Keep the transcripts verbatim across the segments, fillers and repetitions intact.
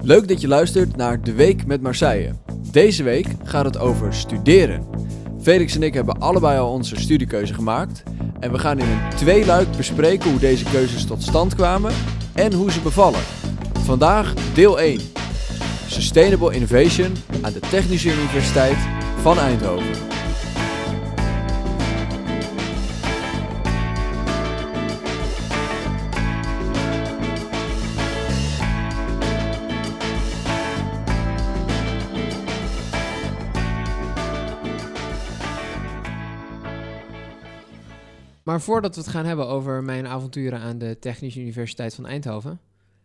Leuk dat je luistert naar De Week met Marseille. Deze week gaat het over studeren. Felix en ik hebben allebei al onze studiekeuze gemaakt. En we gaan in een tweeluik bespreken hoe deze keuzes tot stand kwamen en hoe ze bevallen. Vandaag deel één. Sustainable Innovation aan de Technische Universiteit van Eindhoven. Maar voordat we het gaan hebben over mijn avonturen aan de Technische Universiteit van Eindhoven,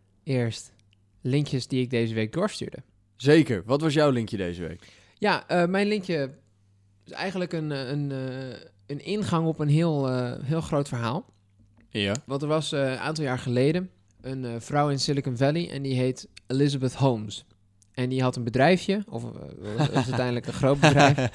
eerst linkjes die ik deze week doorstuurde. Zeker. Wat was jouw linkje deze week? Ja, uh, mijn linkje is eigenlijk een, een, uh, een ingang op een heel, uh, heel groot verhaal. Ja. Want er was uh, een aantal jaar geleden een uh, vrouw in Silicon Valley en die heet Elizabeth Holmes. En die had een bedrijfje, of uh, dat is uiteindelijk een groot bedrijf.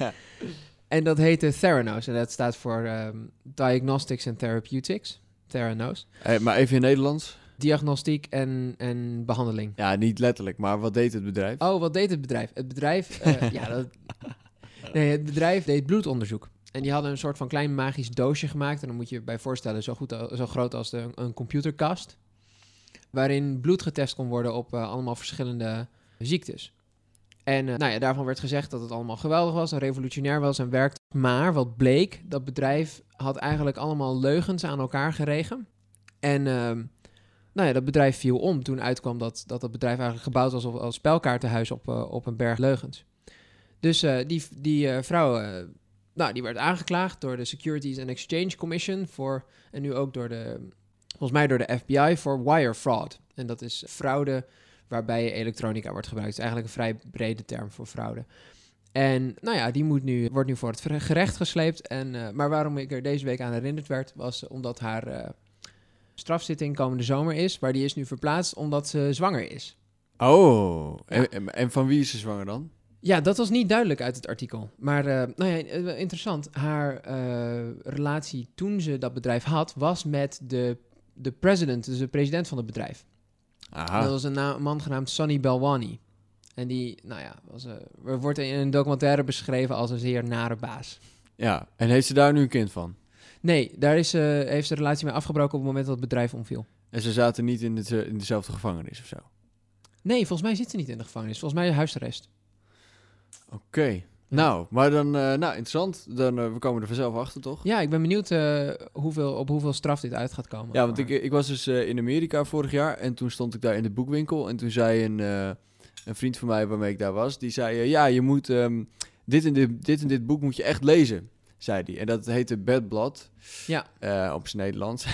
En dat heette Theranos. En dat staat voor um, Diagnostics and Therapeutics. Theranos. Hey, maar even in Nederlands. Diagnostiek en, en behandeling. Ja, niet letterlijk, maar wat deed het bedrijf? Oh, wat deed het bedrijf? Het bedrijf, uh, ja, dat, nee, het bedrijf deed bloedonderzoek. En die hadden een soort van klein magisch doosje gemaakt. En dan moet je je bij voorstellen, zo, goed, zo groot als de, een computerkast. Waarin bloed getest kon worden op uh, allemaal verschillende ziektes. En uh, nou ja, daarvan werd gezegd dat het allemaal geweldig was en revolutionair was en werkte. Maar wat bleek, dat bedrijf had eigenlijk allemaal leugens aan elkaar geregen. En uh, nou ja, dat bedrijf viel om toen uitkwam dat dat, dat bedrijf eigenlijk gebouwd was als, als spelkaartenhuis op, uh, op een berg leugens. Dus uh, die, die uh, vrouw, uh, nou, die werd aangeklaagd door de Securities and Exchange Commission voor, en nu ook door de, volgens mij door de F B I voor wire fraud. En dat is fraude waarbij elektronica wordt gebruikt. Het is eigenlijk een vrij brede term voor fraude. En nou ja, die moet nu, wordt nu voor het gerecht gesleept. En, uh, maar waarom ik er deze week aan herinnerd werd, was omdat haar uh, strafzitting komende zomer is. Maar die is nu verplaatst omdat ze zwanger is. Oh, Ja. en, en van wie is ze zwanger dan? Ja, dat was niet duidelijk uit het artikel. Maar uh, nou ja, interessant. Haar uh, relatie toen ze dat bedrijf had, was met de, de president, dus de president van het bedrijf. Aha. Dat was een na- man genaamd Sonny Balwani. En die, nou ja, was, uh, wordt in een documentaire beschreven als een zeer nare baas. Ja, en heeft ze daar nu een kind van? Nee, daar is, uh, heeft ze de relatie mee afgebroken op het moment dat het bedrijf omviel. En ze zaten niet in, het, in dezelfde gevangenis of zo? Nee, volgens mij zit ze niet in de gevangenis. Volgens mij huisarrest. Oké. Okay. Nou, maar dan, uh, nou, interessant. Dan, uh, we komen er vanzelf achter, toch? Ja, ik ben benieuwd uh, hoeveel, op hoeveel straf dit uit gaat komen. Ja, want ik, ik was dus uh, in Amerika vorig jaar en toen stond ik daar in de boekwinkel en toen zei een, uh, een vriend van mij waarmee ik daar was, die zei, uh, ja, je moet um, dit, en dit, dit en dit boek moet je echt lezen, zei hij. En dat heette Bad Blood. Ja. Uh, op zijn Nederlands.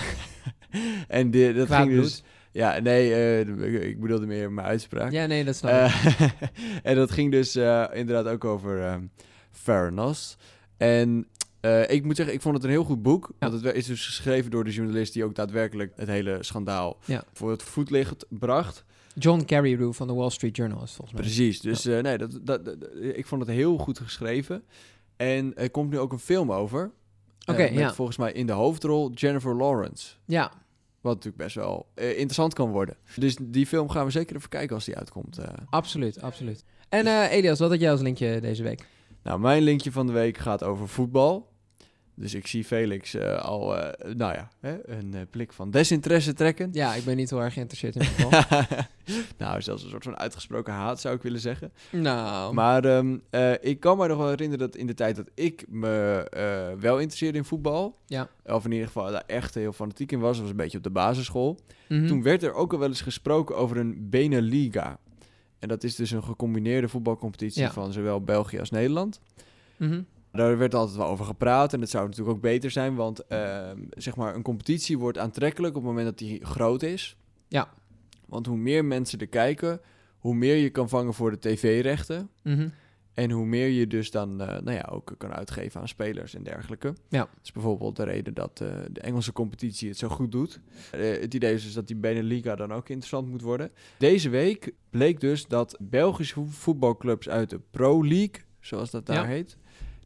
en die, dat Kwaad ging bloed. dus... Ja, nee, uh, ik bedoelde meer mijn uitspraak. Ja, nee, dat snap ik. Uh, en dat ging dus uh, inderdaad ook over um, Theranos. En uh, ik moet zeggen, ik vond het een heel goed boek. Ja. Want het is dus geschreven door de journalist die ook daadwerkelijk het hele schandaal Ja. voor het voetlicht bracht. John Carreyrou van de Wall Street Journal is volgens mij. Precies, dus uh, nee, dat, dat, dat, ik vond het heel goed geschreven. En er komt nu ook een film over. Oké, okay, uh, met ja. volgens mij in de hoofdrol Jennifer Lawrence. Ja. Wat natuurlijk best wel uh, interessant kan worden. Dus die film gaan we zeker even kijken als die uitkomt. Uh. Absoluut, absoluut. En uh, Elias, wat had jij als linkje deze week? Nou, mijn linkje van de week gaat over voetbal. Dus ik zie Felix uh, al, uh, nou ja, hè, een uh, blik van desinteresse trekken. Ja, ik ben niet heel erg geïnteresseerd in voetbal. Nou, zelfs een soort van uitgesproken haat zou ik willen zeggen. Nou. Maar um, uh, ik kan me nog wel herinneren dat in de tijd dat ik me uh, wel interesseerde in voetbal, ja. of in ieder geval daar echt heel fanatiek in was, dat was een beetje op de basisschool. Mm-hmm. Toen werd er ook al wel eens gesproken over een Beneliga. En dat is dus een gecombineerde voetbalcompetitie ja. van zowel België als Nederland. Mm-hmm. Daar werd altijd wel over gepraat en het zou natuurlijk ook beter zijn, want uh, zeg maar een competitie wordt aantrekkelijk op het moment dat die groot is. Ja. Want hoe meer mensen er kijken, hoe meer je kan vangen voor de tv-rechten. Mm-hmm. En hoe meer je dus dan uh, nou ja, ook kan uitgeven aan spelers en dergelijke. Ja. Dat is bijvoorbeeld de reden dat uh, de Engelse competitie het zo goed doet. Uh, het idee is dus dat die Beneliga dan ook interessant moet worden. Deze week bleek dus dat Belgische voetbalclubs uit de Pro League, zoals dat daar ja. heet,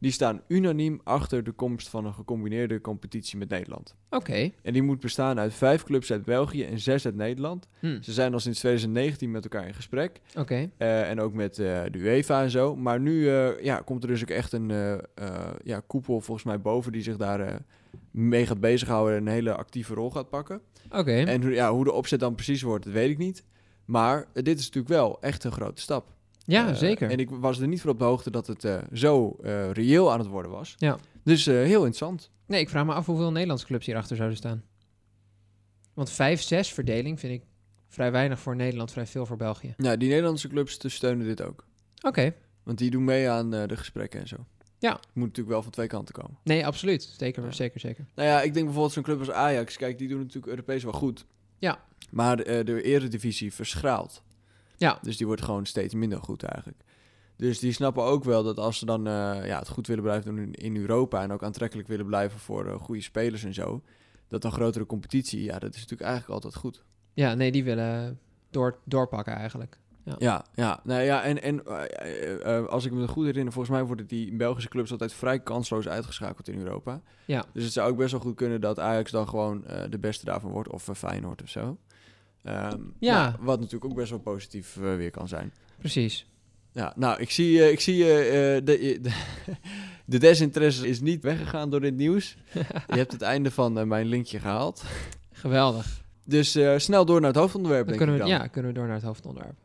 die staan unaniem achter de komst van een gecombineerde competitie met Nederland. Oké. Okay. En die moet bestaan uit vijf clubs uit België en zes uit Nederland. Hm. Ze zijn al sinds twintig negentien met elkaar in gesprek. Oké. Okay. Uh, en ook met uh, de UEFA en zo. Maar nu uh, ja, komt er dus ook echt een uh, uh, ja, koepel volgens mij boven die zich daar uh, mee gaat bezighouden en een hele actieve rol gaat pakken. Oké. Okay. En ja, hoe de opzet dan precies wordt, dat weet ik niet. Maar uh, dit is natuurlijk wel echt een grote stap. Ja, uh, zeker. En ik was er niet voor op de hoogte dat het uh, zo uh, reëel aan het worden was. Ja. Dus uh, heel interessant. Nee, ik vraag me af hoeveel Nederlandse clubs hierachter zouden staan. Want vijf zes verdeling vind ik vrij weinig voor Nederland, vrij veel voor België. Ja, die Nederlandse clubs steunen dit ook. Oké. Okay. Want die doen mee aan uh, de gesprekken en zo. Ja. Het moet natuurlijk wel van twee kanten komen. Nee, absoluut. Zeker, ja. zeker, zeker. Nou ja, ik denk bijvoorbeeld zo'n club als Ajax. Kijk, die doen natuurlijk Europees wel goed. Ja. Maar uh, de eredivisie verschraalt. Ja. Dus die wordt gewoon steeds minder goed eigenlijk. Dus die snappen ook wel dat als ze dan uh, ja, het goed willen blijven doen in, in Europa... en ook aantrekkelijk willen blijven voor uh, goede spelers en zo... dat een grotere competitie, ja, dat is natuurlijk eigenlijk altijd goed. Ja, nee, die willen door, doorpakken eigenlijk. Ja, ja, ja, nou ja en, en uh, uh, uh, als ik me goed herinner... volgens mij worden die Belgische clubs altijd vrij kansloos uitgeschakeld in Europa. Ja. Dus het zou ook best wel goed kunnen dat Ajax dan gewoon uh, de beste daarvan wordt... of uh, Feyenoord of zo. Um, ja. Nou, wat natuurlijk ook best wel positief uh, weer kan zijn. Precies. Ja, nou, ik zie, uh, ik zie uh, de, de, de desinteresse is niet weggegaan door dit nieuws. Je hebt het einde van uh, mijn linkje gehaald. Geweldig. Dus uh, snel door naar het hoofdonderwerp, dan denk kunnen ik we, dan. Ja, kunnen we door naar het hoofdonderwerp.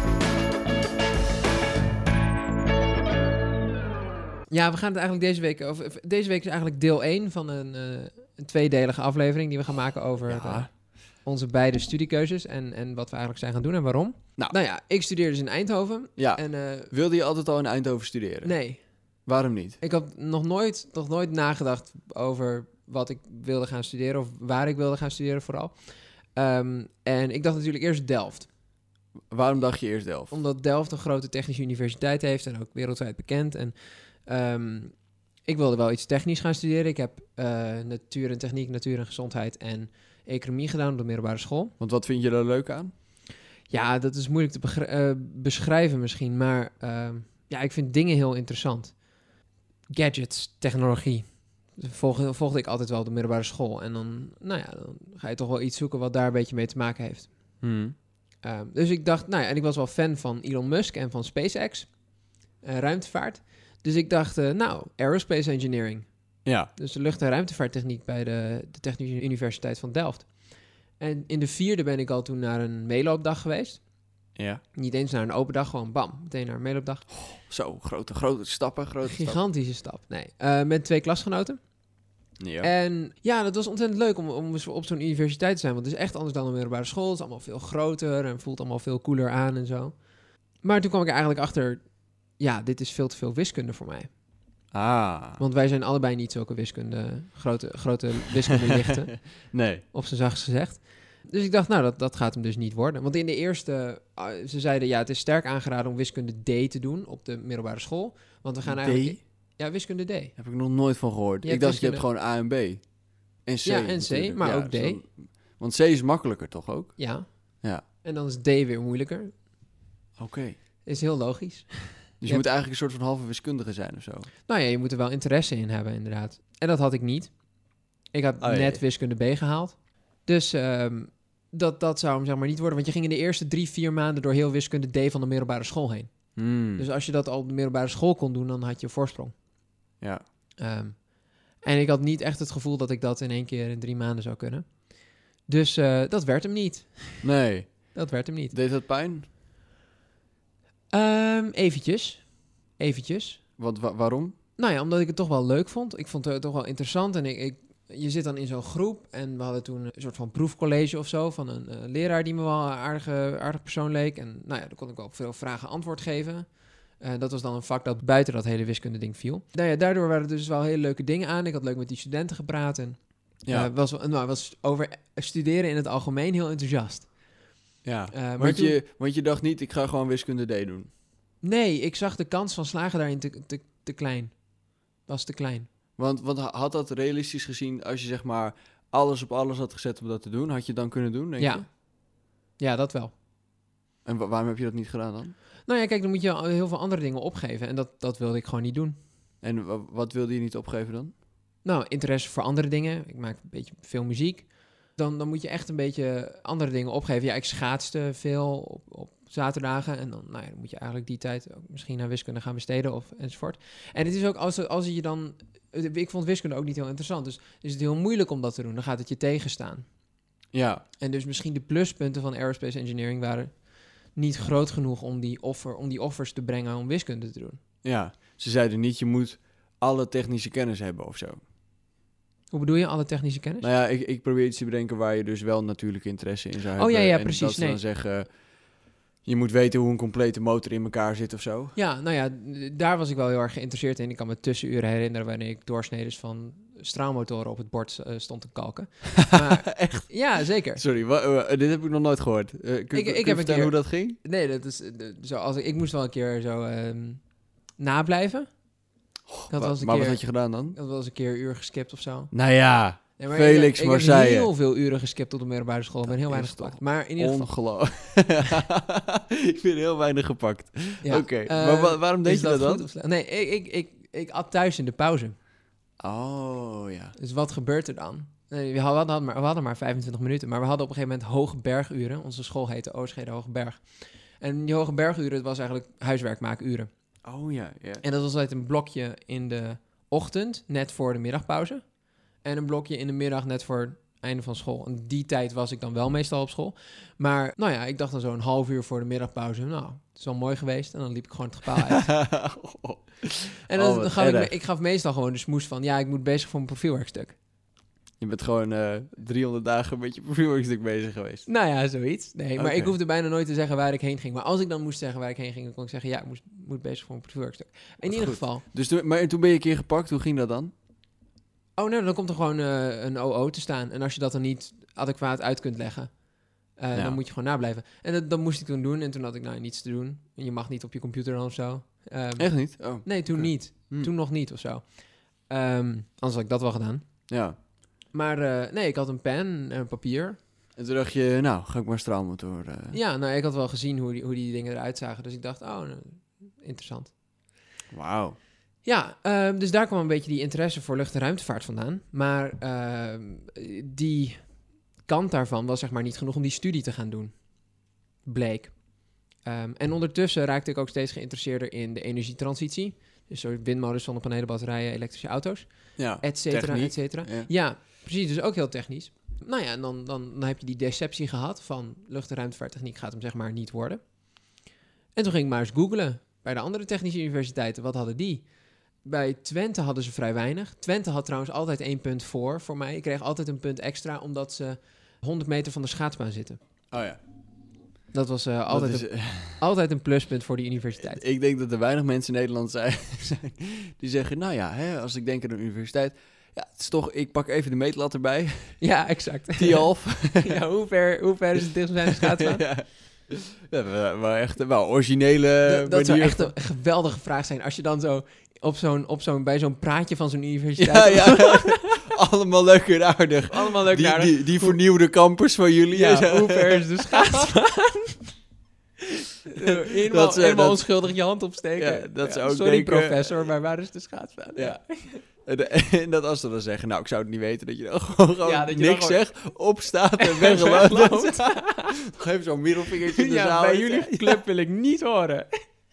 Ja, we gaan het eigenlijk deze week... Of, deze week is eigenlijk deel één van een, uh, een tweedelige aflevering... die we gaan maken over... Ja. Uh, onze beide studiekeuzes en, en wat we eigenlijk zijn gaan doen en waarom. Nou, nou ja, ik studeer dus in Eindhoven. Ja, en, uh, wilde je altijd al in Eindhoven studeren? Nee. Waarom niet? Ik had nog nooit, nog nooit nagedacht over wat ik wilde gaan studeren... of waar ik wilde gaan studeren vooral. Um, en ik dacht natuurlijk eerst Delft. Waarom dacht je eerst Delft? Omdat Delft een grote technische universiteit heeft... en ook wereldwijd bekend. En um, ik wilde wel iets technisch gaan studeren. Ik heb uh, natuur en techniek, natuur en gezondheid... en economie gedaan op de middelbare school. Want wat vind je er leuk aan? Ja, dat is moeilijk te begr- uh, beschrijven misschien, maar uh, ja, ik vind dingen heel interessant. Gadgets, technologie, volg, volgde ik altijd wel op de middelbare school. En dan, nou ja, dan ga je toch wel iets zoeken wat daar een beetje mee te maken heeft. Hmm. Uh, dus ik dacht, nou ja, en ik was wel fan van Elon Musk en van SpaceX, uh, ruimtevaart. Dus ik dacht, uh, nou, aerospace engineering. Ja. Dus de lucht- en ruimtevaarttechniek bij de, de Technische Universiteit van Delft. En in de vierde ben ik al toen naar een meeloopdag geweest. Ja. Niet eens naar een open dag, gewoon bam, meteen naar een meeloopdag. Oh, zo, grote, grote stappen, grote Gigantische stap, nee. Uh, met twee klasgenoten. Ja. En ja, dat was ontzettend leuk om, om op zo'n universiteit te zijn. Want het is echt anders dan een middelbare school. Het is allemaal veel groter en voelt allemaal veel cooler aan en zo. Maar toen kwam ik er eigenlijk achter, ja, dit is veel te veel wiskunde voor mij. Ah. Want wij zijn allebei niet zulke wiskunde, grote, grote wiskundelichten. Nee. Op zijn zachtst gezegd. Dus ik dacht, nou, dat, dat gaat hem dus niet worden. Want in de eerste, uh, ze zeiden, ja, het is sterk aangeraden om wiskunde D te doen op de middelbare school. Want we gaan D? eigenlijk... Ja, wiskunde D. Heb ik nog nooit van gehoord. Je ik hebt dacht, je hebt wiskunde- gewoon A en B. En C. Ja, en C, natuurlijk. maar Ja, ook D. zo- Want C is makkelijker, toch ook? Ja. Ja. En dan is D weer moeilijker. Oké. Okay. Is heel logisch. Dus Je je moet hebt- eigenlijk een soort van halve wiskundige zijn of zo. Nou ja, je moet er wel interesse in hebben, inderdaad. En dat had ik niet. Ik had Oh, net jee. wiskunde B gehaald. Dus um, dat, dat zou hem zeg maar niet worden. Want je ging in de eerste drie, vier maanden door heel wiskunde D van de middelbare school heen. Hmm. Dus als je dat al op de middelbare school kon doen, dan had je voorsprong. Ja. Um, en ik had niet echt het gevoel dat ik dat in één keer in drie maanden zou kunnen. Dus uh, dat werd hem niet. Nee. Dat werd hem niet. Deed dat pijn? Um, eventjes. Eventjes. Wat, wa- waarom? Nou ja, omdat ik het toch wel leuk vond. Ik vond het toch wel interessant. En ik, ik, je zit dan in zo'n groep. En we hadden toen een soort van proefcollege of zo. Van een uh, leraar die me wel een aardige, aardig persoon leek. En nou ja, dan kon ik wel op veel vragen antwoord geven. Uh, dat was dan een vak dat buiten dat hele wiskunde ding viel. Nou ja, daardoor waren er dus wel hele leuke dingen aan. Ik had leuk met die studenten gepraat. En Ja. uh, was, nou, was over studeren in het algemeen heel enthousiast. Ja. Uh, maar want, toen- je, want je dacht niet, ik ga gewoon wiskunde D doen. Nee, ik zag de kans van slagen daarin te, te, te klein. Was te klein. Want, want ha- had dat realistisch gezien, als je zeg maar alles op alles had gezet om dat te doen, had je het dan kunnen doen, denk Ja. je? Ja, dat wel. En wa- waarom heb je dat niet gedaan dan? Nou ja, kijk, dan moet je al heel veel andere dingen opgeven. En dat, dat wilde ik gewoon niet doen. En w- wat wilde je niet opgeven dan? Nou, interesse voor andere dingen. Ik maak een beetje veel muziek. Dan, dan moet je echt een beetje andere dingen opgeven. Ja, ik schaatste veel op, op zaterdagen. En dan, nou ja, dan moet je eigenlijk die tijd ook misschien naar wiskunde gaan besteden of enzovoort. En het is ook, als, als je dan... Ik vond wiskunde ook niet heel interessant. Dus is het heel moeilijk om dat te doen. Dan gaat het je tegenstaan. Ja. En dus misschien de pluspunten van aerospace engineering waren niet groot genoeg om die, offer, om die offers te brengen om wiskunde te doen. Ja, ze zeiden niet, je moet alle technische kennis hebben of zo. Hoe bedoel je, alle technische kennis? Nou ja, ik, ik probeer iets te bedenken waar je dus wel natuurlijke interesse in zou hebben. Oh ja, ja, en precies, dat ze nee. dan zeggen, je moet weten hoe een complete motor in elkaar zit of zo. Ja, nou ja, d- daar was ik wel heel erg geïnteresseerd in. Ik kan me tussenuren herinneren wanneer ik doorsnedens van straalmotoren op het bord uh, stond te kalken. Maar, Echt? Ja, zeker. Sorry, wa- uh, dit heb ik nog nooit gehoord. Uh, kun, Ik- kun ik je heb een vertellen keer- hoe dat ging? Nee, dat is, uh, zo, als ik, ik moest wel een keer zo ehm nablijven. Ik had wel Wa- eens een maar keer, wat had je gedaan dan? ik had wel eens een keer een uur geskipt of zo. Nou ja, Nee, maar Felix ik, ik Marseille. heb heel veel uren geskipt op de middelbare school. Ik ben heel Dat weinig is toch gepakt. Maar in ieder geval... ongelooflijk. Ik vind heel weinig gepakt. Ja, Oké, eh, maar wa- waarom deed is je dat dan? goed of slecht? Nee, ik, ik, ik, ik at thuis in de pauze. Oh, ja. Dus wat gebeurt er dan? Nee, we, hadden, we, hadden maar, we hadden maar vijfentwintig minuten, maar we hadden op een gegeven moment hoge berguren. Onze school heette Oostschede Hoge Berg. En die hoge berguren, het was eigenlijk huiswerkmaakuren. Oh, ja, ja. En dat was altijd een blokje in de ochtend, net voor de middagpauze. En een blokje in de middag, net voor het einde van school. En die tijd was ik dan wel meestal op school. Maar nou ja, ik dacht dan zo een half uur voor de middagpauze. Nou, het is wel mooi geweest. En dan liep ik gewoon het gebouw uit. En dan, Oh, wat dan gaf ik, me- erg. ik gaf meestal gewoon de smoes van... ja, ik moet bezig voor mijn profielwerkstuk. Je bent gewoon eh driehonderd dagen met je profielwerkstuk bezig geweest. Nou ja, zoiets. Nee, maar Oké. ik hoefde bijna nooit te zeggen waar ik heen ging. Maar als ik dan moest zeggen waar ik heen ging... dan kon ik zeggen, ja, ik moest, moet bezig voor mijn profielwerkstuk. In ieder goed. geval... Dus toen, maar toen ben je een keer gepakt, hoe ging dat dan? Oh nee, dan komt er gewoon eh, een O O te staan. En als je dat dan niet adequaat uit kunt leggen... eh, Ja. dan moet je gewoon nablijven. En dat, dat moest ik toen doen. En toen had ik nou niets te doen. En je mag niet op je computer dan of zo. Ehm, Echt niet? Oh. Nee, toen Oké. niet. Hm. Toen nog niet of zo. Ehm, anders had ik dat wel gedaan. Ja. Maar eh, nee, ik had een pen en papier. En toen dacht je, nou, ga ik maar straalmotor. eh. Ja, nou, ik had wel gezien hoe die, hoe die dingen eruit zagen. Dus ik dacht, oh, nou, interessant. Wauw. Ja, ehm, dus daar kwam een beetje die interesse voor lucht- en ruimtevaart vandaan. Maar ehm, die kant daarvan was zeg maar niet genoeg om die studie te gaan doen. Bleek. Ehm, en ondertussen raakte ik ook steeds geïnteresseerder in de energietransitie. Dus zo windmolens, zonnepanelen, batterijen, elektrische auto's, Ja, et cetera, techniek. et cetera. Ja. Ja, precies. Dus ook heel technisch. Nou ja, en dan, dan, dan heb je die deceptie gehad van lucht- en ruimtevaarttechniek gaat hem zeg maar niet worden. En toen ging ik maar eens googlen bij de andere technische universiteiten. Wat hadden die? Bij Twente hadden ze vrij weinig. Twente had trouwens altijd één punt voor voor mij. Ik kreeg altijd een punt extra omdat ze honderd meter van de schaatsbaan zitten. Oh ja. Dat was uh, Dat altijd, is, een, eh, altijd een pluspunt voor die universiteit. ik denk dat er weinig mensen in Nederland zijn, zijn die zeggen, nou ja, hè, als ik denk aan de universiteit, ja, het is toch, ik pak even de meetlat erbij, Ja, exact. die half. Ja, hoe ver, hoe ver is het dichtst bij de schaatsbaan? Ja. Ja, wel, wel echt een wel originele Dat, dat zou manier echt een geweldige vraag zijn. Als je dan zo op zo'n, op zo'n, bij zo'n praatje van zo'n Ja, universiteit... ja. Allemaal leuk en aardig. Allemaal leuk Die, naar die, die vernieuwde campus van jullie. Ja, hoe ver is de schaatsbaan? Helemaal, Dat ze- helemaal dat- onschuldig je hand opsteken. Ja, dat ze ook Sorry denken- professor, maar waar is de schaatsbaan? Ja. En, en dat als ze dan zeggen, nou, ik zou het niet weten, dat je dan gewoon, gewoon Ja, dat je dan niks gewoon- zegt, opstaat en weggeloopt. wegloopt. Nog even zo'n middelvingertje in de Ja, zaal. bij jullie club wil ik niet horen.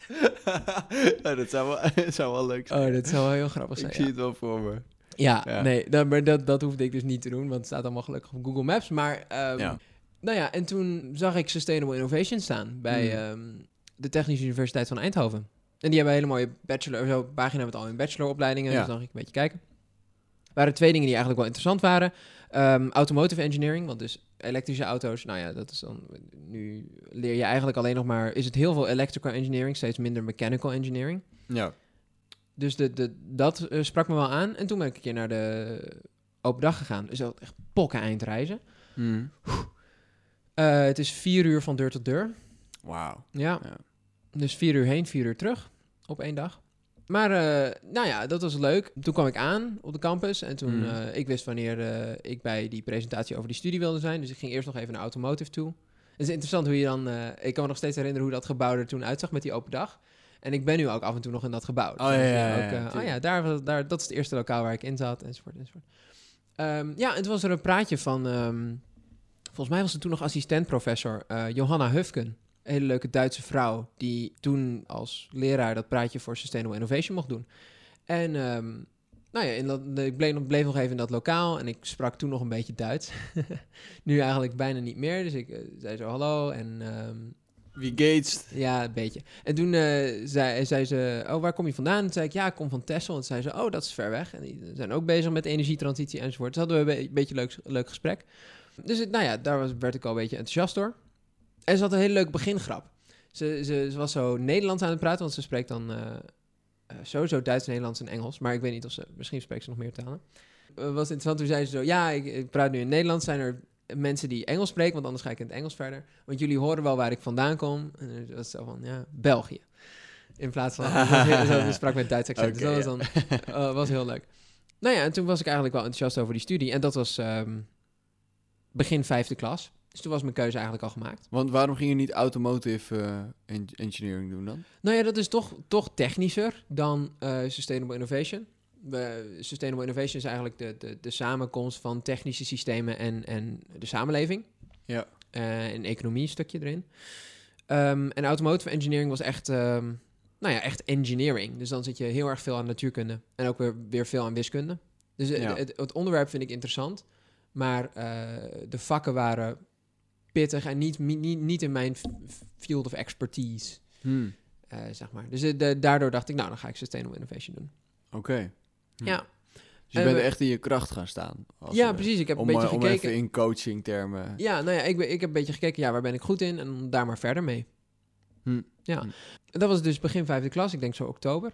Ja, dat, zou wel, dat zou wel leuk zijn. Oh, dat zou wel heel grappig zijn. ik ja. zie het wel voor me. Ja, Ja. nee, dat, maar dat, dat hoefde ik dus niet te doen, want het staat allemaal gelukkig op Google Maps. Maar, ehm, Ja. nou ja, en toen zag ik Sustainable Innovation staan bij Hmm. ehm, de Technische Universiteit van Eindhoven. En die hebben een hele mooie bachelor, zo pagina met al hun bacheloropleidingen, Ja. dus dan ging ik een beetje kijken. Er waren twee dingen die eigenlijk wel interessant waren. Ehm, automotive engineering, want dus elektrische auto's, nou ja, dat is dan, nu leer je eigenlijk alleen nog maar, is het heel veel electrical engineering, steeds minder mechanical engineering. Ja. Dus de, de, dat eh, sprak me wel aan. En toen ben ik een keer naar de open dag gegaan. Dus dat echt pokken eindreizen. Hmm. Uh, het is vier uur van deur tot deur. Wauw. Ja. Ja. Dus vier uur heen, vier uur terug. Op één dag. Maar, uh, nou ja, dat was leuk. Toen kwam ik aan op de campus. En toen, Mm. uh, ik wist wanneer uh, ik bij die presentatie over die studie wilde zijn. Dus ik ging eerst nog even naar Automotive toe. Het is interessant hoe je dan... Uh, ik kan me nog steeds herinneren hoe dat gebouw er toen uitzag met die open dag. En ik ben nu ook af en toe nog in dat gebouw. Dus Oh, ja, dan zie je ja, ja, ook, ja, uh, oh tuurlijk. ja, daar, was- daar, dat is het eerste lokaal waar ik in zat, enzovoort, enzovoort. Um, ja, en toen was er een praatje van... Um, volgens mij was het toen nog assistent-professor uh, Johanna Hufken. Een hele leuke Duitse vrouw... die toen als leraar dat praatje voor Sustainable Innovation mocht doen. En... Um, Nou ja, in dat, ik bleef, bleef nog even in dat lokaal en ik sprak toen nog een beetje Duits. Nu eigenlijk bijna niet meer, dus ik uh, zei zo hallo en... Um, Wie Gates? Ja, een beetje. En toen uh, zei, zei ze, oh, waar kom je vandaan? En toen zei ik, ja, ik kom van Texel. En toen zei ze, oh, dat is ver weg. En die zijn ook bezig met energietransitie enzovoort. Dus hadden we een be- beetje leuk, leuk gesprek. Dus het, nou ja, daar was, werd ik al een beetje enthousiast door. En ze had een hele leuke begingrap. Ze, ze, ze was zo Nederlands aan het praten, want ze spreekt dan... Uh, Uh, sowieso Duits, Nederlands en Engels. Maar ik weet niet of ze... Misschien spreekt ze nog meer talen. Uh, was interessant. Toen zei ze zo... Ja, ik, ik praat nu in Nederlands. Zijn er mensen die Engels spreken? Want anders ga ik in het Engels verder. Want jullie horen wel waar ik vandaan kom. En dan was zo van... Ja, België. In plaats van... Ze sprak met Duits accent. Okay, dus dat was dan... Uh, was heel leuk. Nou ja, en toen was ik eigenlijk wel enthousiast over die studie. En dat was um, begin vijfde klas. Dus toen was mijn keuze eigenlijk al gemaakt. Want waarom ging je niet automotive uh, en- engineering doen dan? Nou ja, dat is toch, toch technischer dan uh, Sustainable Innovation. We, Sustainable Innovation is eigenlijk de, de, de samenkomst van technische systemen en, en de samenleving. Ja. Uh, en economie een stukje erin. Um, en automotive engineering was echt, um, nou ja, echt engineering. Dus dan zit je heel erg veel aan natuurkunde. En ook weer, weer veel aan wiskunde. Dus ja. het, het, het onderwerp vind ik interessant. Maar uh, de vakken waren... pittig en niet, niet, niet in mijn field of expertise, Hmm. uh, zeg maar. Dus uh, de, daardoor dacht ik, nou, dan ga ik Sustainable Innovation doen. Oké. Okay. Hm. Ja. Dus je uh, bent echt in je kracht gaan staan. Als, ja, uh, precies. Ik heb om, een beetje om gekeken. Om even in coaching termen. Ja, nou ja, ik, ik heb een beetje gekeken, ja, waar ben ik goed in? En daar maar verder mee. Hm. Ja. Hm. Dat was dus begin vijfde klas, ik denk zo oktober.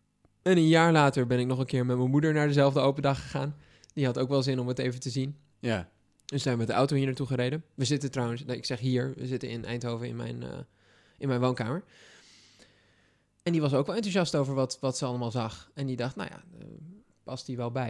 En een jaar later ben ik nog een keer met mijn moeder naar dezelfde open dag gegaan. Die had ook wel zin om het even te zien. Ja. Dus zijn we met de auto hier naartoe gereden. We zitten trouwens, nee, ik zeg hier, we zitten in Eindhoven in mijn, uh, in mijn woonkamer. En die was ook wel enthousiast over wat, wat ze allemaal zag. En die dacht, nou ja, uh, past die wel bij.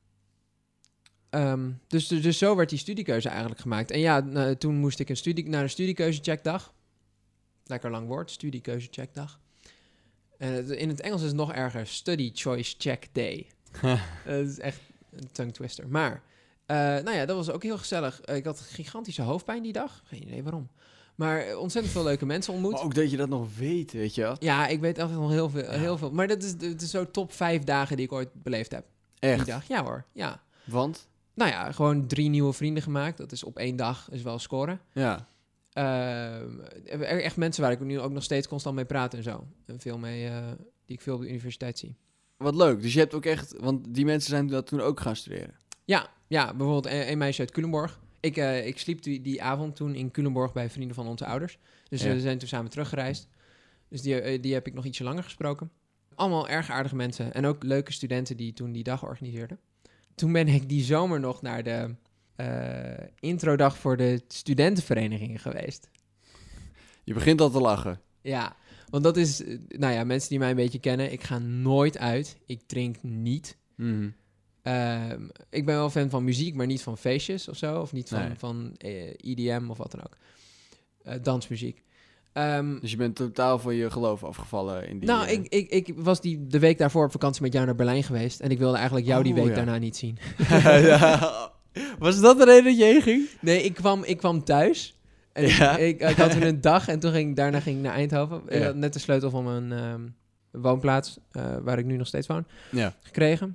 Um, dus, dus, dus zo werd die studiekeuze eigenlijk gemaakt. En ja, uh, toen moest ik een studie, naar een studiekeuzecheckdag. Lekker lang woord, studiekeuzecheckdag. En uh, in het Engels is het nog erger, Study Choice Check Day. uh, dat is echt een tongue twister. Maar... Uh, nou ja, dat was ook heel gezellig. Uh, ik had gigantische hoofdpijn die dag. Geen idee waarom. Maar uh, ontzettend veel leuke mensen ontmoet. Maar ook dat je dat nog weet, weet je wel. Ja, ik weet echt nog heel veel. Ja. Heel veel. Maar dat is, dat is zo top vijf dagen die ik ooit beleefd heb. Echt? Die dag. Ja hoor, ja. Want? Nou ja, gewoon drie nieuwe vrienden gemaakt. Dat is op één dag, is wel scoren. Ja. Uh, echt mensen waar ik nu ook nog steeds constant mee praat en zo. En veel mee, uh, die ik veel op de universiteit zie. Wat leuk. Dus je hebt ook echt... Want die mensen zijn dat toen ook gaan studeren. Ja, ja, bijvoorbeeld een, een meisje uit Culemborg. Ik, uh, ik sliep die, die avond toen in Culemborg bij vrienden van onze ouders. Dus ja. we zijn toen samen teruggereisd. Dus die, uh, die heb ik nog ietsje langer gesproken. Allemaal erg aardige mensen. En ook leuke studenten die toen die dag organiseerden. Toen ben ik die zomer nog naar de uh, introdag voor de studentenverenigingen geweest. Je begint al te lachen. Ja, want dat is... Nou ja, mensen die mij een beetje kennen. Ik ga nooit uit. Ik drink niet. Mm-hmm. Uh, ik ben wel fan van muziek, maar niet van feestjes of zo. Of niet van, nee. van uh, E D M of wat dan ook. Uh, dansmuziek. Um, dus je bent totaal van je geloof afgevallen in die... Nou, uh... ik, ik, ik was die de week daarvoor op vakantie met jou naar Berlijn geweest. En ik wilde eigenlijk jou oh, die week ja. daarna niet zien. ja. Was dat de reden dat je heen ging? Nee, ik kwam, ik kwam thuis. En ja. ik, ik, ik had toen een dag en toen ging, daarna ging ik naar Eindhoven. Ja. Ik had net de sleutel van mijn um, woonplaats, uh, waar ik nu nog steeds woon, ja. gekregen.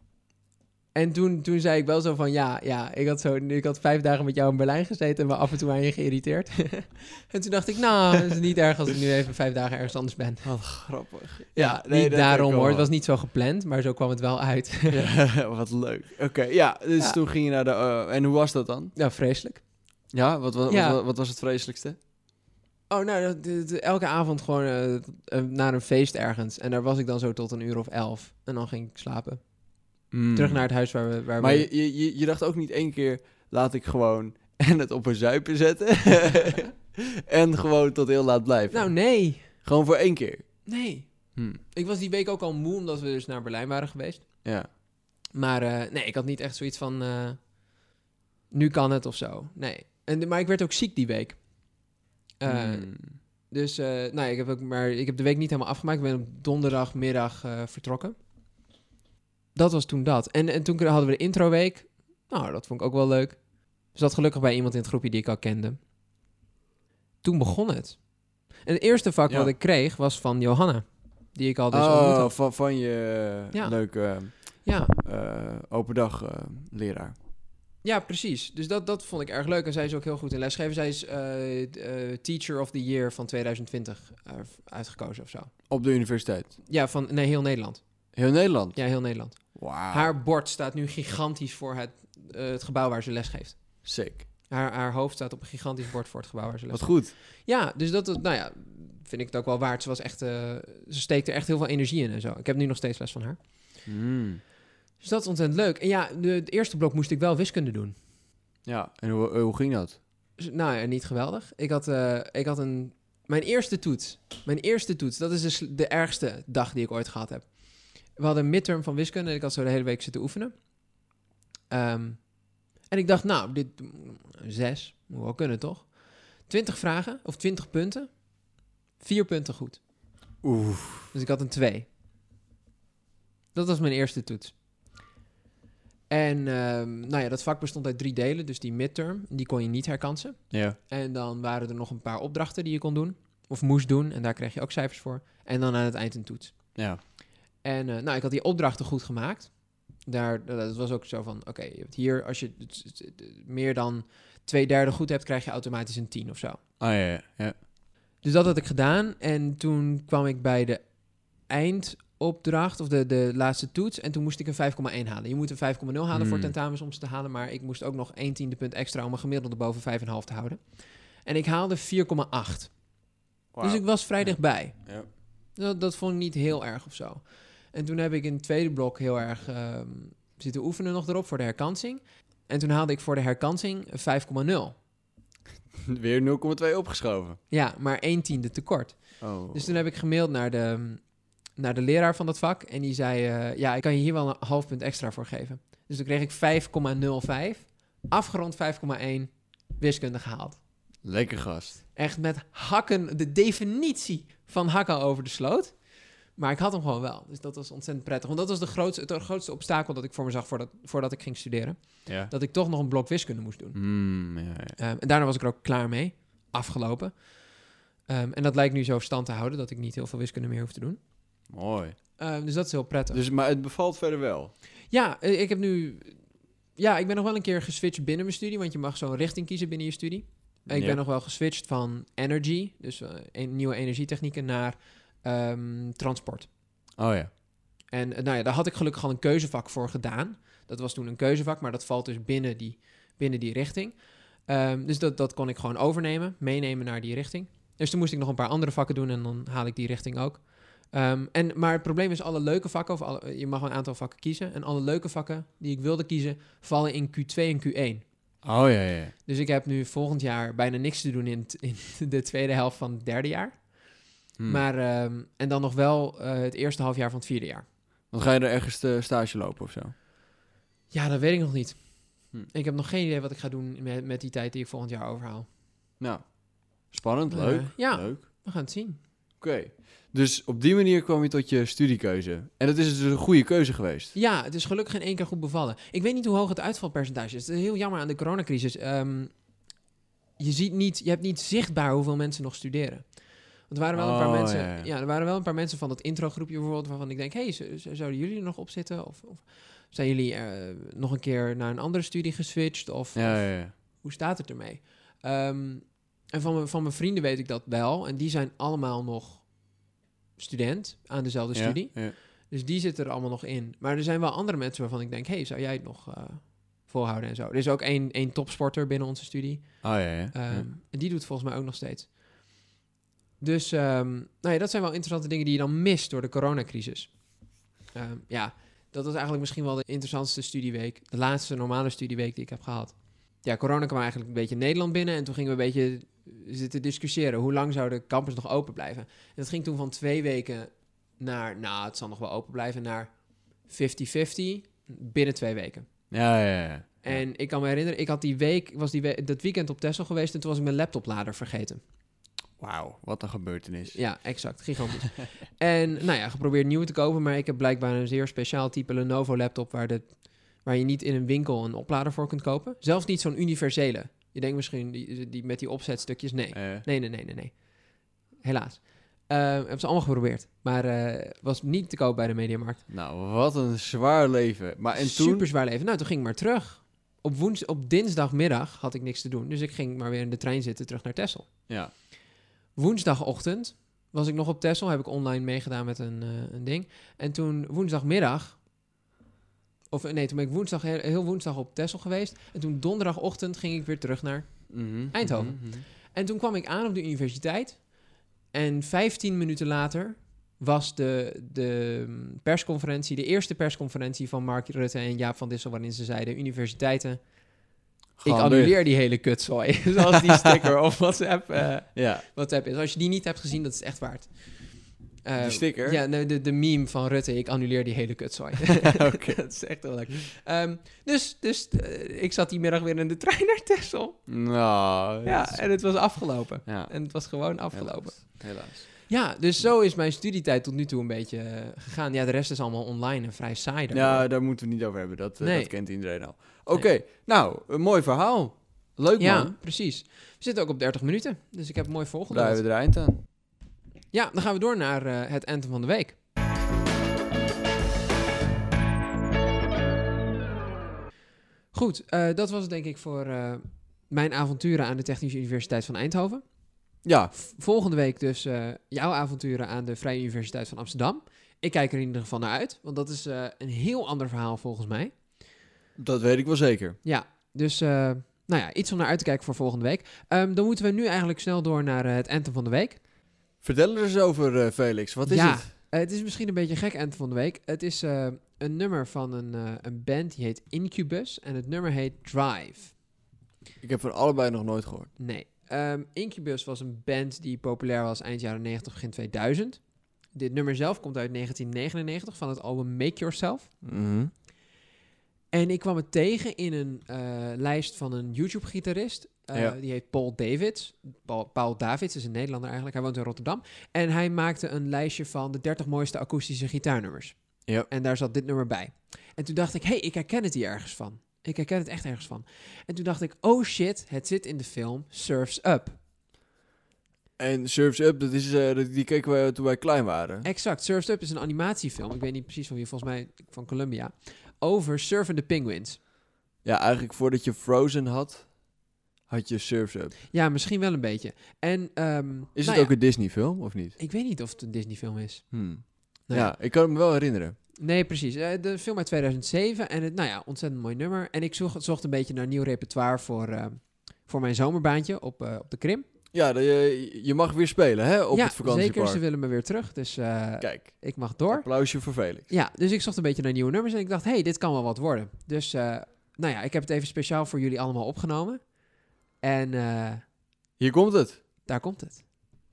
En toen, toen zei ik wel zo van, ja, ja ik, had zo, ik had vijf dagen met jou in Berlijn gezeten en me af en toe aan je geïrriteerd. En toen dacht ik, nou, het is niet erg als ik nu even vijf dagen ergens anders ben. Wat grappig. Ja, ja nee, niet daarom hoor, het was niet zo gepland, maar zo kwam het wel uit. Ja, wat leuk. Oké, okay, ja, dus ja. toen ging je naar de... Uh, en hoe was dat dan? Ja, vreselijk. Ja, wat, wat, ja. wat, wat was het vreselijkste? Oh, nou, de, de, elke avond gewoon uh, uh, naar een feest ergens. En daar was ik dan zo tot een uur of elf. En dan ging ik slapen. Mm. Terug naar het huis waar we... Waar maar we... Je, je, je dacht ook niet één keer... laat ik gewoon en het op een zuipen zetten... en gewoon tot heel laat blijven. Nou, nee. Gewoon voor één keer? Nee. Hmm. Ik was die week ook al moe... omdat we dus naar Berlijn waren geweest. Ja. Maar uh, nee, ik had niet echt zoiets van... Uh, nu kan het of zo. Nee. En, maar ik werd ook ziek die week. Uh, hmm. Dus uh, nou, ik heb ook maar ik heb de week niet helemaal afgemaakt. Ik ben op donderdagmiddag uh, vertrokken. Dat was toen dat. En, en toen hadden we de introweek. Nou, dat vond ik ook wel leuk. Ik zat gelukkig bij iemand in het groepje die ik al kende. Toen begon het. En het eerste vak ja. wat ik kreeg was van Johanna. Die ik al dus oh, ontmoet had. Van, van je ja. leuke ja. uh, open dag uh, leraar. Ja, precies. Dus dat, dat vond ik erg leuk. En zij is ook heel goed in lesgeven. Zij is uh, uh, Teacher of the Year van twintig twintig uh, uitgekozen of zo. Op de universiteit? Ja, van nee, heel Nederland. Heel Nederland? Ja, heel Nederland. Wow. Haar bord staat nu gigantisch voor het, uh, het gebouw waar ze lesgeeft. Sick. Haar, haar hoofd staat op een gigantisch bord voor het gebouw waar ze lesgeeft. Wat goed. Ja, dus dat, nou ja, vind ik het ook wel waard. Ze was echt, uh, ze steekt er echt heel veel energie in en zo. Ik heb nu nog steeds les van haar. Mm. Dus dat is ontzettend leuk. En ja, de, het eerste blok moest ik wel wiskunde doen. Ja, en hoe, hoe ging dat? Dus, nou ja, niet geweldig. Ik had, uh, ik had een... Mijn eerste toets. Mijn eerste toets. Dat is dus de ergste dag die ik ooit gehad heb. We hadden een midterm van wiskunde en ik had zo de hele week zitten oefenen. Um, en ik dacht, nou, dit... Zes. Moet wel kunnen, toch? Twintig vragen, of twintig punten. Vier punten goed. Oeh. Dus ik had een twee. Dat was mijn eerste toets. En um, nou ja, dat vak bestond uit drie delen. Dus die midterm, die kon je niet herkansen. Ja. En dan waren er nog een paar opdrachten die je kon doen. Of moest doen. En daar kreeg je ook cijfers voor. En dan aan het eind een toets. Ja. En uh, nou, ik had die opdrachten goed gemaakt. Daar, dat was ook zo van, oké, okay, hier, als je meer dan twee derde goed hebt, krijg je automatisch een tien of zo. Ah ja, ja, ja. Dus dat had ik gedaan. En toen kwam ik bij de eindopdracht, of de, de laatste toets. En toen moest ik een vijf komma één halen. Je moet een vijf komma nul halen hmm. voor tentamens om ze te halen. Maar ik moest ook nog één tiende punt extra om een gemiddelde boven vijf komma vijf te houden. En ik haalde vier komma acht. Wow. Dus ik was vrij ja. dichtbij. Ja. Dat, dat vond ik niet heel erg of zo. En toen heb ik in het tweede blok heel erg uh, zitten oefenen nog erop voor de herkansing. En toen haalde ik voor de herkansing vijf komma nul. Weer nul komma twee opgeschoven. Ja, maar één tiende tekort. Oh. Dus toen heb ik gemaild naar de, naar de leraar van dat vak. En die zei, uh, ja, ik kan je hier wel een half punt extra voor geven. Dus toen kreeg ik vijf komma nul vijf. Afgerond vijf komma één. Wiskunde gehaald. Lekker gast. Echt met hakken, de definitie van hakken over de sloot. Maar ik had hem gewoon wel. Dus dat was ontzettend prettig. Want dat was de grootste, het grootste obstakel dat ik voor me zag voordat, voordat ik ging studeren. Ja. Dat ik toch nog een blok wiskunde moest doen. Mm, ja, ja. Um, en daarna was ik er ook klaar mee. Afgelopen. Um, en dat lijkt nu zo stand te houden dat ik niet heel veel wiskunde meer hoef te doen. Mooi. Um, dus dat is heel prettig. Dus, maar het bevalt verder wel? Ja, ik heb nu... Ja, ik ben nog wel een keer geswitcht binnen mijn studie. Want je mag zo'n richting kiezen binnen je studie. En ik ja. ben nog wel geswitcht van energy. Dus uh, een, nieuwe energietechnieken naar... Um, transport. Oh ja. En nou ja, daar had ik gelukkig al een keuzevak voor gedaan. Dat was toen een keuzevak, maar dat valt dus binnen die, binnen die richting. Um, dus dat, dat kon ik gewoon overnemen, meenemen naar die richting. Dus toen moest ik nog een paar andere vakken doen en dan haal ik die richting ook. Um, en, maar het probleem is, alle leuke vakken, of alle, je mag een aantal vakken kiezen. En alle leuke vakken die ik wilde kiezen, vallen in Q twee en Q één. Oh ja, ja. Dus ik heb nu volgend jaar bijna niks te doen in, t, in de tweede helft van het derde jaar. Hmm. Maar, um, en dan nog wel uh, het eerste halfjaar van het vierde jaar. Dan ga je er ergens de stage lopen of zo? Ja, dat weet ik nog niet. Hmm. Ik heb nog geen idee wat ik ga doen met, met die tijd die ik volgend jaar overhaal. Nou, spannend, leuk. Uh, ja, leuk. We gaan het zien. Oké, okay. Dus op die manier kwam je tot je studiekeuze. En dat is dus een goede keuze geweest. Ja, het is gelukkig in één keer goed bevallen. Ik weet niet hoe hoog het uitvalpercentage is. Het is heel jammer aan de coronacrisis. Um, je, ziet niet, je hebt niet zichtbaar hoeveel mensen nog studeren. Want er waren wel een paar oh, mensen. Ja, ja. ja, er waren wel een paar mensen van dat introgroepje bijvoorbeeld, waarvan ik denk, hé, hey, zouden jullie er nog op zitten? Of, of zijn jullie uh, nog een keer naar een andere studie geswitcht? Of, ja, of ja, ja. hoe staat het ermee? Um, en van, me, van mijn vrienden weet ik dat wel. En die zijn allemaal nog student aan dezelfde ja, studie. Ja. Dus die zitten er allemaal nog in. Maar er zijn wel andere mensen waarvan ik denk, hé, hey, zou jij het nog uh, volhouden en zo? Er is ook één, één topsporter binnen onze studie. Oh ja, ja. Um, ja. En die doet het volgens mij ook nog steeds. Dus um, nou ja, dat zijn wel interessante dingen die je dan mist door de coronacrisis. Um, ja, dat was eigenlijk misschien wel de interessantste studieweek. De laatste normale studieweek die ik heb gehad. Ja, corona kwam eigenlijk een beetje Nederland binnen. En toen gingen we een beetje zitten discussiëren. Hoe lang zou de campus nog open blijven? En dat ging toen van twee weken naar... Nou, het zal nog wel open blijven. Naar vijftig vijftig binnen twee weken. Ja, ja, ja. En ik kan me herinneren, ik had die week... was die we- dat weekend op Texel geweest... en toen was ik mijn laptoplader vergeten. Wauw, wat een gebeurtenis. Ja, exact. Gigantisch. En nou ja, geprobeerd nieuwe te kopen, maar ik heb blijkbaar een zeer speciaal type Lenovo laptop waar, de, waar je niet in een winkel een oplader voor kunt kopen. Zelfs niet zo'n universele. Je denkt misschien die, die met die opzetstukjes. Nee. Uh. nee, nee, nee, nee, nee. Helaas. Uh, hebben ze allemaal geprobeerd. Maar uh, was niet te koop bij de Mediamarkt. Nou, wat een zwaar leven. Maar en toen... Super zwaar leven. Nou, toen ging ik maar terug. Op, woens- op dinsdagmiddag had ik niks te doen. Dus ik ging maar weer in de trein zitten terug naar Texel. Ja. Woensdagochtend was ik nog op Texel. Heb ik online meegedaan met een, uh, een ding. En toen woensdagmiddag... Of nee, toen ben ik woensdag, heel, heel woensdag op Texel geweest. En toen donderdagochtend ging ik weer terug naar Mm-hmm. Eindhoven. Mm-hmm. En toen kwam ik aan op de universiteit. En vijftien minuten later was de, de persconferentie, de eerste persconferentie van Mark Rutte en Jaap van Dissel, waarin ze zeiden, universiteiten, Gewoon ik annuleer dicht. die hele kutzooi. Zoals die sticker op WhatsApp, uh, Ja. WhatsApp is. Als je die niet hebt gezien, dat is echt waard. Uh, Die sticker? Ja, nee, de, de meme van Rutte, ik annuleer die hele kutzooi. Oké. Dat is echt heel leuk. Um, dus dus uh, ik zat die middag weer in de trein naar Texel. Nou. Ja, dat is- en het was afgelopen. ja. En het was gewoon afgelopen. Helaas. Helaas. Ja, dus zo is mijn studietijd tot nu toe een beetje uh, gegaan. Ja, de rest is allemaal online en vrij saai. daardoor. Ja, daar moeten we het niet over hebben. Dat, uh, Nee. dat kent iedereen al. Oké, nou, een mooi verhaal. Leuk Ja, man. precies. We zitten ook op dertig minuten, dus ik heb mooi Daar volgedaan. hebben we er eind aan. Ja, dan gaan we door naar uh, het anthem van de week. Goed, uh, dat was het denk ik voor uh, mijn avonturen aan de Technische Universiteit van Eindhoven. Ja, V- volgende week dus uh, jouw avonturen aan de Vrije Universiteit van Amsterdam. Ik kijk er in ieder geval naar uit, want dat is uh, een heel ander verhaal volgens mij. dat weet ik wel zeker. Ja, dus uh, nou ja, iets om naar uit te kijken voor volgende week. Um, dan moeten we nu eigenlijk snel door naar uh, het anthem van de week. Vertel er eens over, uh, Felix. Wat is ja, het? Uh, het is misschien een beetje een gek anthem van de week. Het is uh, een nummer van een, uh, een band die heet Incubus en het nummer heet Drive. Ik heb van allebei nog nooit gehoord. Nee. Um, Incubus was een band die populair was eind jaren negentig, begin tweeduizend. Dit nummer zelf komt uit negentien negenennegentig van het album Make Yourself. Mhm. En ik kwam het tegen in een uh, lijst van een YouTube-gitarist. Uh, Ja. Die heet Paul Davids. Paul, Paul Davids is een Nederlander eigenlijk. Hij woont in Rotterdam. En hij maakte een lijstje van de dertig mooiste akoestische gitaarnummers. Ja. En daar zat dit nummer bij. En toen dacht ik, hé, hey, ik herken het hier ergens van. Ik herken het echt ergens van. En toen dacht ik, oh shit, het zit in de film Surf's Up. En Surf's Up, dat is, uh, dat- die keken we toen wij klein waren. Exact, Surf's Up is een animatiefilm. Ik weet niet precies van wie, volgens mij van Columbia. Over surfende penguins. Ja, eigenlijk voordat je Frozen had, had je Surf's Up. Ja, misschien wel een beetje. En, um, Is nou het ja, ook een Disney film, of niet? ik weet niet of het een Disney-film is. Hmm. Nou ja, ik kan het me wel herinneren. Nee, precies. Uh, de film uit tweeduizend zeven. En het, nou ja, ontzettend mooi nummer. En ik zocht, zocht een beetje naar nieuw repertoire voor, uh, voor mijn zomerbaantje op, uh, op de Krim. Ja, de, je, je mag weer spelen, hè, op ja, het vakantiepark. zeker. Ze willen me weer terug. Dus uh, Kijk, ik mag door. applausje voor Felix. Ja, dus ik zocht een beetje naar nieuwe nummers. En ik dacht, hé, hey, dit kan wel wat worden. Dus, uh, nou ja, ik heb het even speciaal voor jullie allemaal opgenomen. En uh, Hier komt het. daar komt het.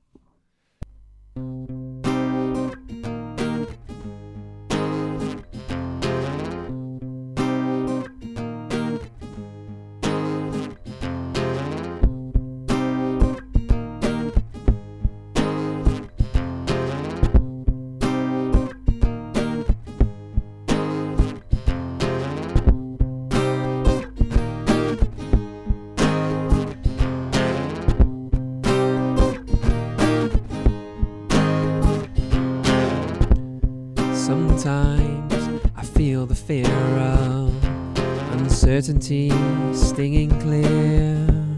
Sometimes I feel the fear of uncertainty stinging clear,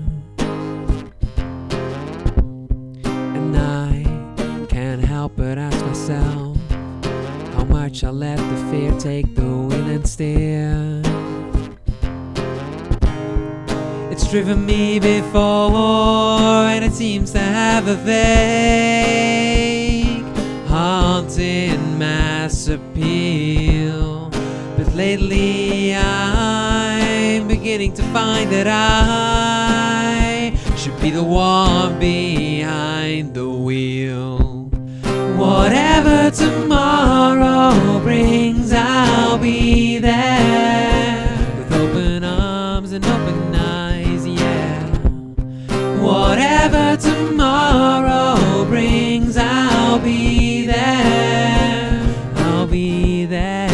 and I can't help but ask myself how much I'll let the fear take the wheel and steer. It's driven me before, and it seems to have a vague, haunting mass appeal. But lately I'm beginning to find that I should be the one behind the wheel. Whatever tomorrow brings, I'll be there with open arms and open eyes, yeah. Whatever tomorrow be there. I'll be there.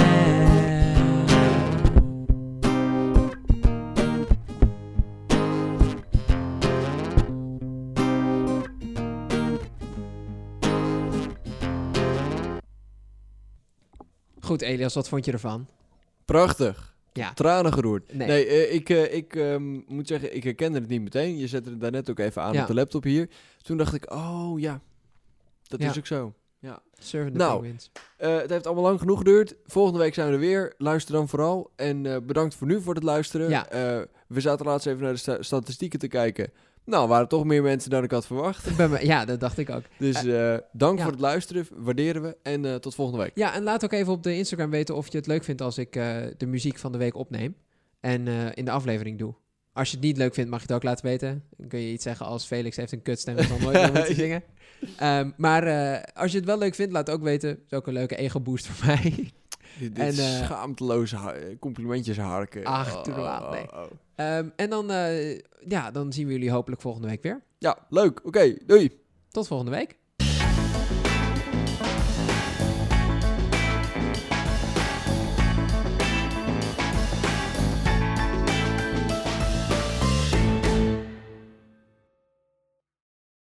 Goed, Elias, wat vond je ervan? Prachtig. Ja. Tranen geroerd. Nee. Nee, uh, ik, uh, ik um, moet zeggen, ik herkende het niet meteen. Je zette het daarnet ook even aan Ja. op de laptop hier. Toen dacht ik, oh ja, dat Ja. is ook zo. Ja. Surfing the Nou, Penguins. Uh, het heeft allemaal lang genoeg geduurd. Volgende week zijn we er weer. Luister dan vooral. En uh, bedankt voor nu voor het luisteren. Ja. Uh, we zaten laatst even naar de sta- statistieken te kijken. Nou, er waren toch meer mensen dan ik had verwacht. Ik ben me- ja, dat dacht ik ook. Dus uh, dank ja. voor het luisteren. Waarderen we. En uh, tot volgende week. Ja, en laat ook even op de Instagram weten of je het leuk vindt als ik uh, de muziek van de week opneem. En uh, in de aflevering doe. Als je het niet leuk vindt, mag je het ook laten weten. Dan kun je iets zeggen als Felix heeft een kutstem en zal nooit meer moeten zingen. Um, maar uh, als je het wel leuk vindt, laat het ook weten. Dat is ook een leuke ego-boost voor mij. Dit, dit en, uh, schaamteloze ha- complimentjes harken. Ach, doe normaal, nee. Oh, oh. Um, en dan, uh, ja, dan zien we jullie hopelijk volgende week weer. Ja, leuk. Oké, okay, doei. Tot volgende week.